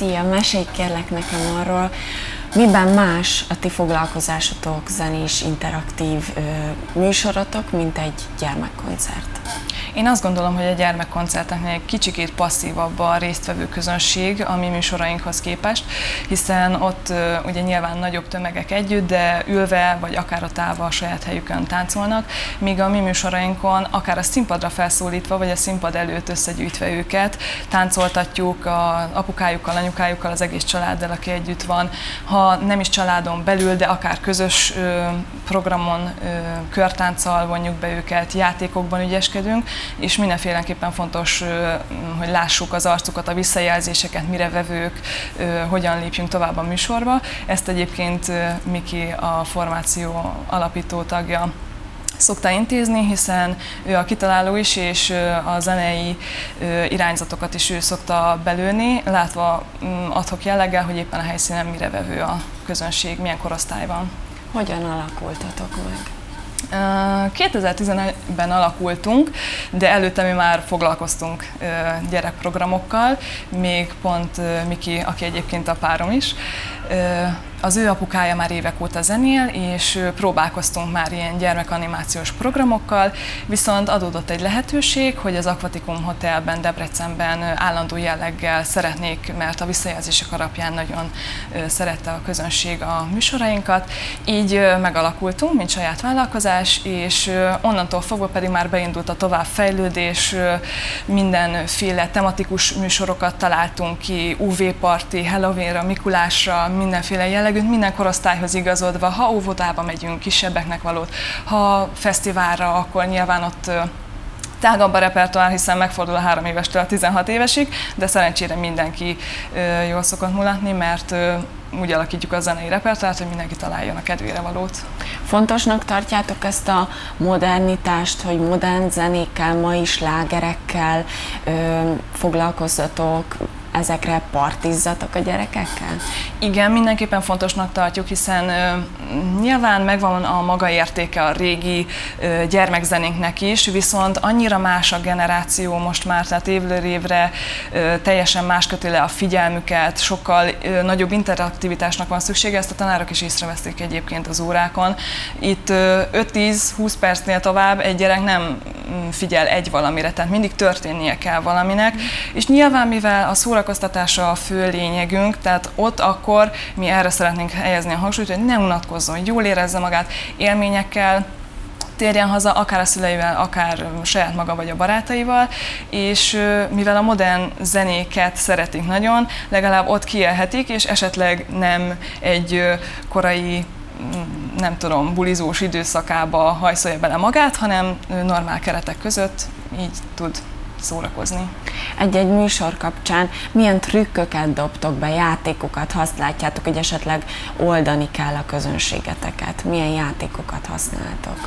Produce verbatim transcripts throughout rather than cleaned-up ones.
Szia, mesélj kérlek nekem arról, miben más a ti foglalkozásotok, zenés, interaktív ö, műsorotok, mint egy gyermekkoncert? Én azt gondolom, hogy a gyermekkoncerteknél egy kicsikét passzívabb a résztvevő közönség a mi műsorainkhoz képest, hiszen ott uh, ugye nyilván nagyobb tömegek együtt, de ülve vagy akár ott állva a saját helyükön táncolnak, míg a mi műsorainkon akár a színpadra felszólítva, vagy a színpad előtt összegyűjtve őket, táncoltatjuk a apukájukkal, anyukájukkal, az egész családdal, aki együtt van, ha nem is családon belül, de akár közös uh, programon, uh, körtánccal vonjuk be őket, játékokban ügyeskedünk, és mindenféleképpen fontos, hogy lássuk az arcukat, a visszajelzéseket, mire vevők, hogyan lépjünk tovább a műsorba. Ezt egyébként Miki, a formáció alapító tagja szokta intézni, hiszen ő a kitaláló is, és a zenei irányzatokat is ő szokta belőni, látva ad-hoc jelleggel, hogy éppen a helyszínen mire vevő a közönség, milyen korosztályban. Hogyan alakultatok meg? kétezer-tizenegyben alakultunk, de előtte mi már foglalkoztunk gyerekprogramokkal, még pont Miki, aki egyébként a párom is. Az ő apukája már évek óta zenél, és próbálkoztunk már ilyen gyermekanimációs programokkal, viszont adódott egy lehetőség, hogy az Aquaticum Hotelben, Debrecenben állandó jelleggel szeretnék, mert a visszajelzések alapján nagyon szerette a közönség a műsorainkat. Így megalakultunk, mint saját vállalkozás, és onnantól fogva pedig már beindult a továbbfejlődés, mindenféle tematikus műsorokat találtunk ki, u vé-parti, Halloweenra, Mikulásra, mindenféle jellegű, minden korosztályhoz igazodva, ha óvodába megyünk, kisebbeknek valót, ha fesztiválra, akkor nyilván ott tágabb a repertoár, hiszen megfordul a három évestől a tizenhat évesig, de szerencsére mindenki jól szokott mulatni, mert úgy alakítjuk a zenei repertoárt, hogy mindenki találjon a kedvére valót. Fontosnak tartjátok ezt a modernitást, hogy modern zenékkel, mai slágerekkel ö, foglalkozzatok, ezekre partizzatok a gyerekekkel? Igen, mindenképpen fontosnak tartjuk, hiszen uh, nyilván megvan a maga értéke a régi uh, gyermekzenénknek is, viszont annyira más a generáció most már, tehát évről évre uh, teljesen más köti le a figyelmüket, sokkal uh, nagyobb interaktivitásnak van szüksége, ezt a tanárok is észreveszték egyébként az órákon. Itt uh, öt-tíz-húsz percnél tovább egy gyerek nem figyel egy valamire, tehát mindig történnie kell valaminek, mm. és nyilván mivel a szórakoztatása a fő lényegünk, tehát ott akkor mi erre szeretnénk helyezni a hangsúlyt, hogy ne unatkozzon, jól érezze magát, élményekkel térjen haza, akár a szüleivel, akár saját maga vagy a barátaival, és mivel a modern zenéket szeretik nagyon, legalább ott kiélhetik, és esetleg nem egy korai, nem tudom, bulizós időszakába hajszolja bele magát, hanem normál keretek között így tud szórakozni. Egy-egy műsor kapcsán milyen trükköket dobtok be, játékokat használjátok, hogy esetleg oldani kell a közönségeteket? Milyen játékokat használtok?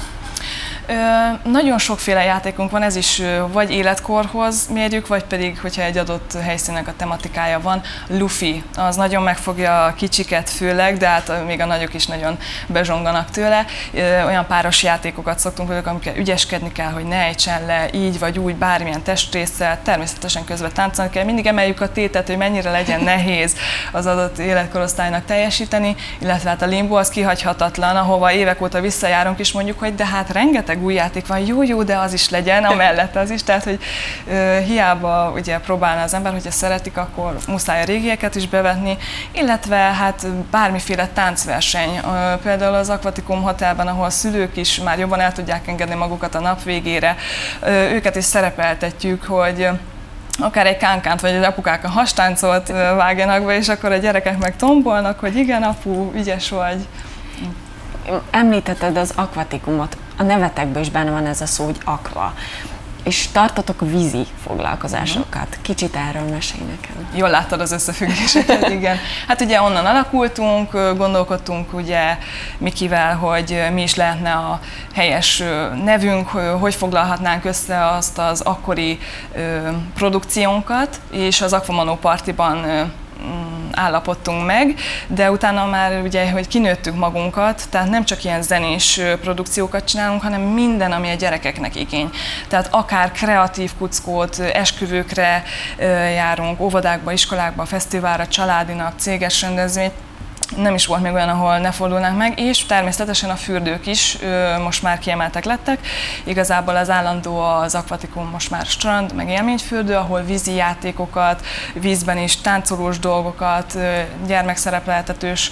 Ö, nagyon sokféle játékunk van, ez is ö, vagy életkorhoz mérjük, vagy pedig, hogyha egy adott helyszínnek a tematikája van. Lufi, az nagyon megfogja a kicsiket főleg, de hát még a nagyok is nagyon bezsonganak tőle. Ö, olyan páros játékokat szoktunk velük, amikkel ügyeskedni kell, hogy ne ejtsen le így vagy úgy bármilyen testrésszel, természetesen közben táncolni kell. Mindig emeljük a tétet, hogy mennyire legyen nehéz az adott életkorosztálynak teljesíteni, illetve hát a limbo az kihagyhatatlan, ahova évek óta visszajárunk, és mondjuk, hogy de hát rengeteg új játék van, jó-jó, de az is legyen, amellett az is, tehát hogy ö, hiába ugye próbálna az ember, hogyha szeretik, akkor muszáj a régieket is bevetni, illetve hát bármiféle táncverseny, ö, például az Aquaticum Hotelben, ahol a szülők is már jobban el tudják engedni magukat a nap végére, ö, őket is szerepeltetjük, hogy akár egy kánkánt vagy egy apukák a hastáncot vágjanak be, és akkor a gyerekek meg tombolnak, hogy igen, apu, ügyes vagy. Említetted az Aquaticumot, a nevetekben is benne van ez a szó, hogy aqua. És tartotok vízi foglalkozásokat. Kicsit erről mesélj nekem. Jól láttad az összefüggéseket, igen. Hát ugye onnan alakultunk, gondolkodtunk ugye Mikivel, hogy mi is lehetne a helyes nevünk, hogy foglalhatnánk össze azt az akkori produkciónkat, és az Aquamanó Partiban állapodtunk meg, de utána már ugye, hogy kinőttük magunkat, tehát nem csak ilyen zenés produkciókat csinálunk, hanem minden, ami a gyerekeknek igény. Tehát akár kreatív kuckót, esküvőkre járunk, óvodákba, iskolákba, fesztiválra, családinak, céges rendezvényt, nem is volt még olyan, ahol ne fordulnánk meg, és természetesen a fürdők is ö, most már kiemeltek lettek. Igazából az állandó az akvatikum most már strand, meg élményfürdő, ahol vízi játékokat, vízben is táncolós dolgokat, ö, gyermekszerepleltetős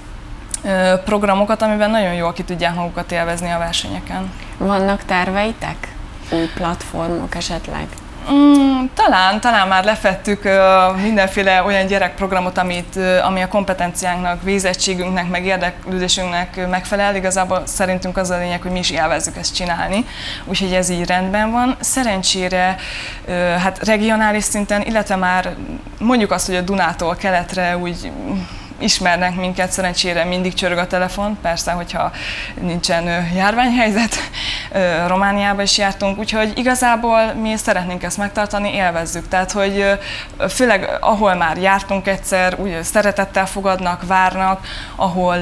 ö, programokat, amiben nagyon jól ki tudják magukat élvezni a versenyeken. Vannak terveitek? Új platformok esetleg? Mm, talán, talán már lefettük uh, mindenféle olyan gyerekprogramot, amit, uh, ami a kompetenciánknak, végzettségünknek, meg érdeklődésünknek uh, megfelel. Igazából szerintünk az a lényeg, hogy mi is élvezzük ezt csinálni, úgyhogy ez így rendben van. Szerencsére uh, hát regionális szinten, illetve már mondjuk azt, hogy a Dunától keletre úgy ismernek minket, szerencsére mindig csörög a telefon, persze, hogyha nincsen járványhelyzet, Romániába is jártunk, úgyhogy igazából mi szeretnénk ezt megtartani, élvezzük. Tehát, hogy főleg ahol már jártunk egyszer, úgy szeretettel fogadnak, várnak, ahol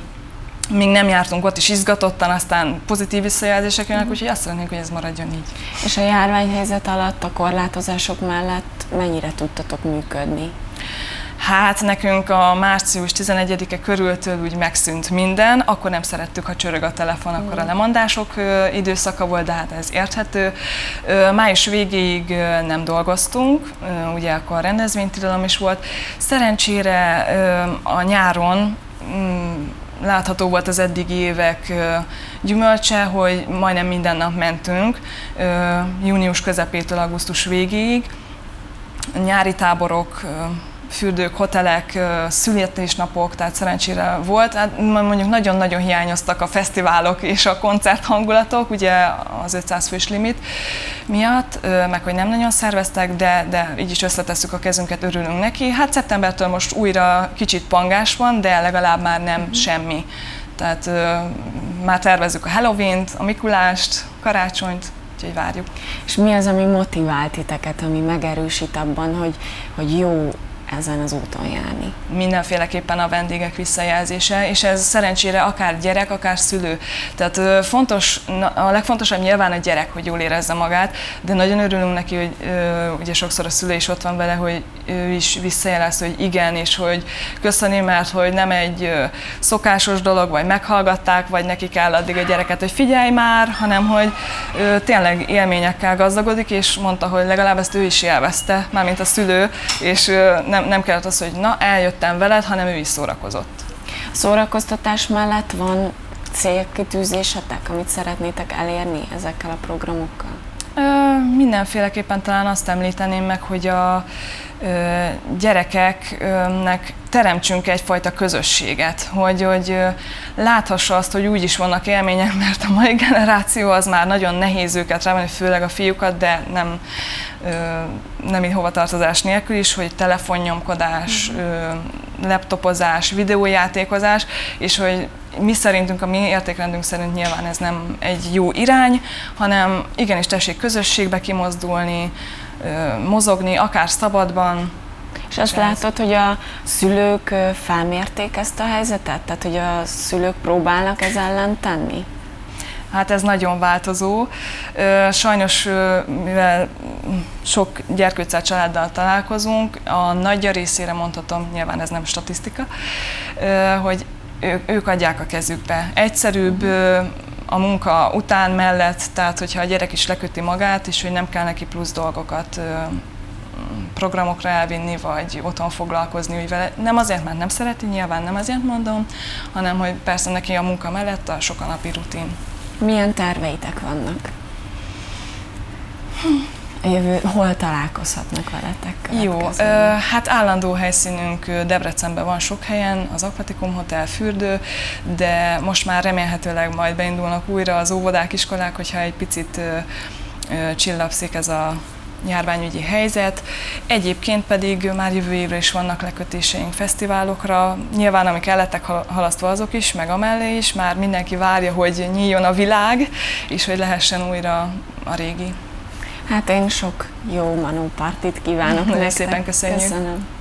még nem jártunk, ott is izgatottan, aztán pozitív visszajelzések jönnek, úgyhogy azt szeretnénk, hogy ez maradjon így. És a járványhelyzet alatt, a korlátozások mellett mennyire tudtatok működni? Hát nekünk a március tizenegyedike körültől úgy megszűnt minden, akkor nem szerettük, ha csörög a telefon, akkor a lemondások időszaka volt, de hát ez érthető. Május végéig nem dolgoztunk, ugye akkor rendezvénytilalom is volt. Szerencsére a nyáron látható volt az eddigi évek gyümölcse, hogy majdnem minden nap mentünk, június közepétől augusztus végéig. Nyári táborok, fürdők, hotelek, születésnapok, tehát szerencsére volt. Hát mondjuk nagyon-nagyon hiányoztak a fesztiválok és a koncert hangulatok, ugye az ötszáz fős limit miatt, meg hogy nem nagyon szerveztek, de, de így is összetesszük a kezünket, örülünk neki. Hát szeptembertől most újra kicsit pangás van, de legalább már nem mm-hmm. semmi. Tehát már tervezzük a Halloweent, a Mikulást, karácsonyt, úgyhogy várjuk. És mi az, ami motivál titeket, ami megerősít abban, hogy, hogy jó ezen az úton járni? Mindenféleképpen a vendégek visszajelzése, és ez szerencsére akár gyerek, akár szülő. Tehát fontos, a legfontosabb nyilván a gyerek, hogy jól érezze magát, de nagyon örülünk neki, hogy ugye sokszor a szülő is ott van vele, hogy ő is visszajelez, hogy igen, és hogy köszöni, mert hogy nem egy szokásos dolog, vagy meghallgatták, vagy neki kell addig a gyereket, hogy figyelj már, hanem hogy tényleg élményekkel gazdagodik, és mondta, hogy legalább ezt ő is élvezte, mármint a szülő, és nem, nem kellett az, hogy na, eljöttem veled, hanem ő is szórakozott. A szórakoztatás mellett van célkitűzésetek, amit szeretnétek elérni ezekkel a programokkal? Ö, mindenféleképpen talán azt említeném meg, hogy a ö, gyerekeknek teremtsünk egyfajta közösséget, hogy, hogy ö, láthassa azt, hogy úgy is vannak élmények, mert a mai generáció az már nagyon nehéz őket rávenni, főleg a fiúkat, de nem, ö, nem így hovatartozás nélkül is, hogy telefonnyomkodás, ö, laptopozás, videójátékozás, és hogy mi szerintünk, a mi értékrendünk szerint nyilván ez nem egy jó irány, hanem igenis tessék közösségbe kimozdulni, mozogni, akár szabadban. És azt látod, hogy a szülők felmérték ezt a helyzetet? Tehát, hogy a szülők próbálnak ez ellen tenni? Hát ez nagyon változó. Sajnos, mivel sok gyerkőccel családdal találkozunk, a nagyja részére mondhatom, nyilván ez nem statisztika, hogy ők adják a kezükbe. Egyszerűbb a munka után mellett, tehát hogyha a gyerek is leköti magát, és hogy nem kell neki plusz dolgokat programokra elvinni, vagy otthon foglalkozni úgy vele. Nem azért, mert nem szereti, nyilván nem azért mondom, hanem hogy persze neki a munka mellett a sokanapi rutin. Milyen terveitek vannak? A jövő, hol találkozhatnak veletek? Jó, ö, hát állandó helyszínünk Debrecenben van sok helyen, az Akvatikum Hotel, fürdő, de most már remélhetőleg majd beindulnak újra az óvodák, iskolák, hogyha egy picit ö, ö, csillapszik ez a járványügyi helyzet. Egyébként pedig már jövő évre is vannak lekötéseink fesztiválokra. Nyilván, amik el lettek halasztva, azok is, meg amellé is. Már mindenki várja, hogy nyíljon a világ, és hogy lehessen újra a régi. Hát én sok jó Manó partit kívánok nektek. Nagyon szépen köszönjük. Köszönöm.